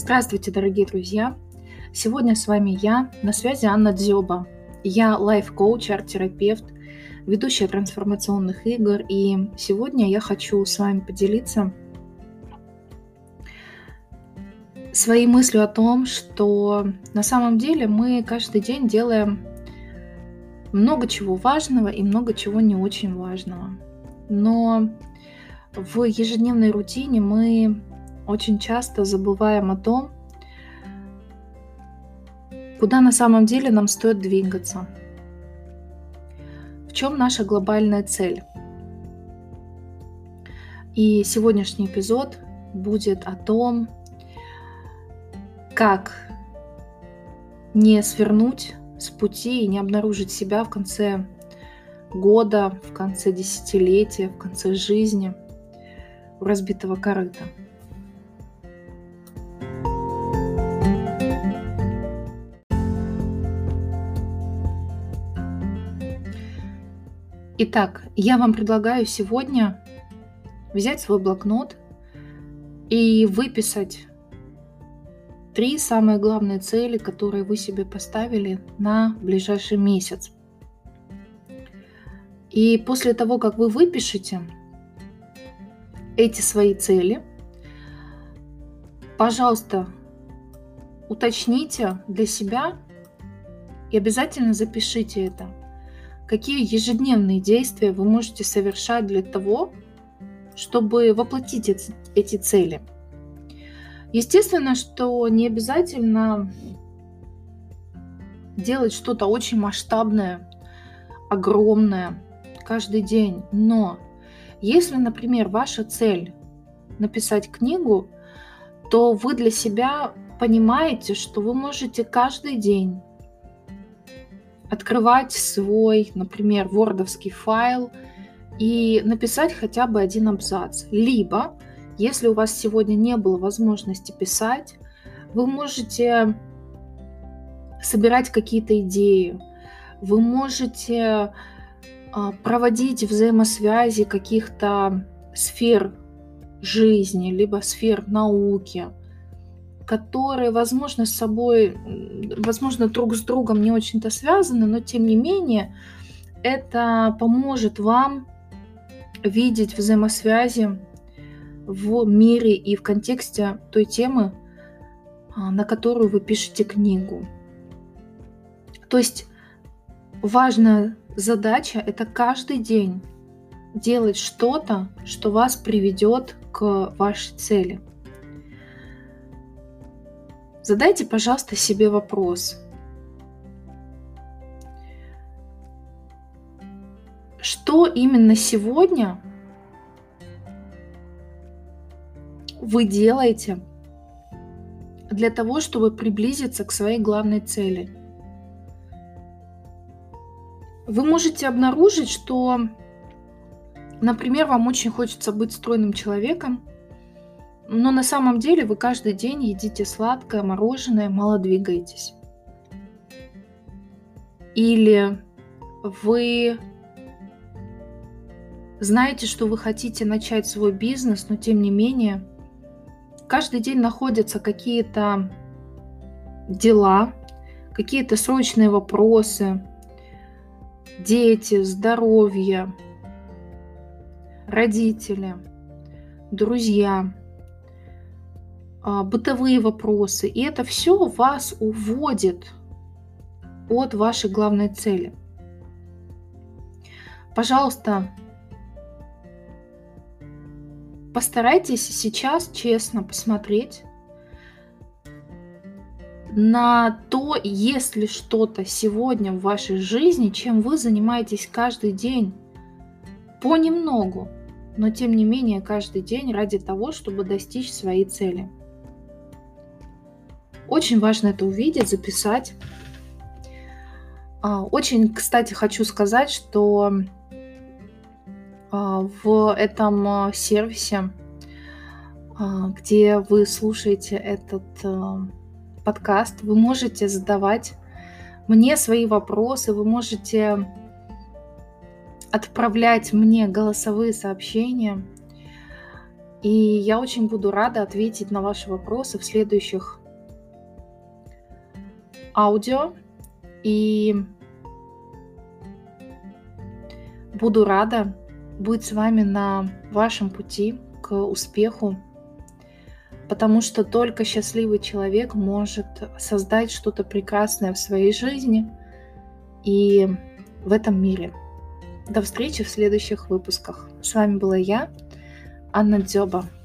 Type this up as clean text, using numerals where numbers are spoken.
Здравствуйте, дорогие друзья! Сегодня с вами я, на связи Анна Дзёба. Я лайф-коуч, арт-терапевт, ведущая трансформационных игр. И сегодня я хочу с вами поделиться своей мыслью о том, что на самом деле мы каждый день делаем много чего важного и много чего не очень важного. Но в ежедневной рутине мы очень часто забываем о том, куда на самом деле нам стоит двигаться. В чем наша глобальная цель? И сегодняшний эпизод будет о том, как не свернуть с пути и не обнаружить себя в конце года, в конце десятилетия, в конце жизни у разбитого корыта. Итак, я вам предлагаю сегодня взять свой блокнот и выписать 3 самые главные цели, которые вы себе поставили на ближайший месяц. И после того, как вы выпишете эти свои цели, пожалуйста, уточните для себя и обязательно запишите это. Какие ежедневные действия вы можете совершать для того, чтобы воплотить эти цели? Естественно, что не обязательно делать что-то очень масштабное, огромное каждый день. Но если, например, ваша цель написать книгу, то вы для себя понимаете, что вы можете каждый день открывать свой, например, вордовский файл и написать хотя бы один абзац. Либо, если у вас сегодня не было возможности писать, вы можете собирать какие-то идеи, вы можете проводить взаимосвязи каких-то сфер жизни, либо сфер науки, которые, возможно, друг с другом не очень-то связаны, но тем не менее это поможет вам видеть взаимосвязи в мире и в контексте той темы, на которую вы пишете книгу. То есть важная задача – это каждый день делать что-то, что вас приведет к вашей цели. Задайте, пожалуйста, себе вопрос. Что именно сегодня вы делаете для того, чтобы приблизиться к своей главной цели? Вы можете обнаружить, что, например, вам очень хочется быть стройным человеком, но на самом деле вы каждый день едите сладкое, мороженое, мало двигаетесь. Или вы знаете, что вы хотите начать свой бизнес, но тем не менее каждый день находятся какие-то дела, какие-то срочные вопросы, дети, здоровье, родители, друзья, бытовые вопросы. И это все вас уводит от вашей главной цели. Пожалуйста, постарайтесь сейчас честно посмотреть на то, есть ли что-то сегодня в вашей жизни, чем вы занимаетесь каждый день понемногу, но тем не менее каждый день ради того, чтобы достичь своей цели. Очень важно это увидеть, записать. Очень, кстати, хочу сказать, что в этом сервисе, где вы слушаете этот подкаст, вы можете задавать мне свои вопросы, вы можете отправлять мне голосовые сообщения. И я очень буду рада ответить на ваши вопросы в следующих аудио. И буду рада быть с вами на вашем пути к успеху, потому что только счастливый человек может создать что-то прекрасное в своей жизни и в этом мире. До встречи в следующих выпусках. С вами была я, Анна Дзёба.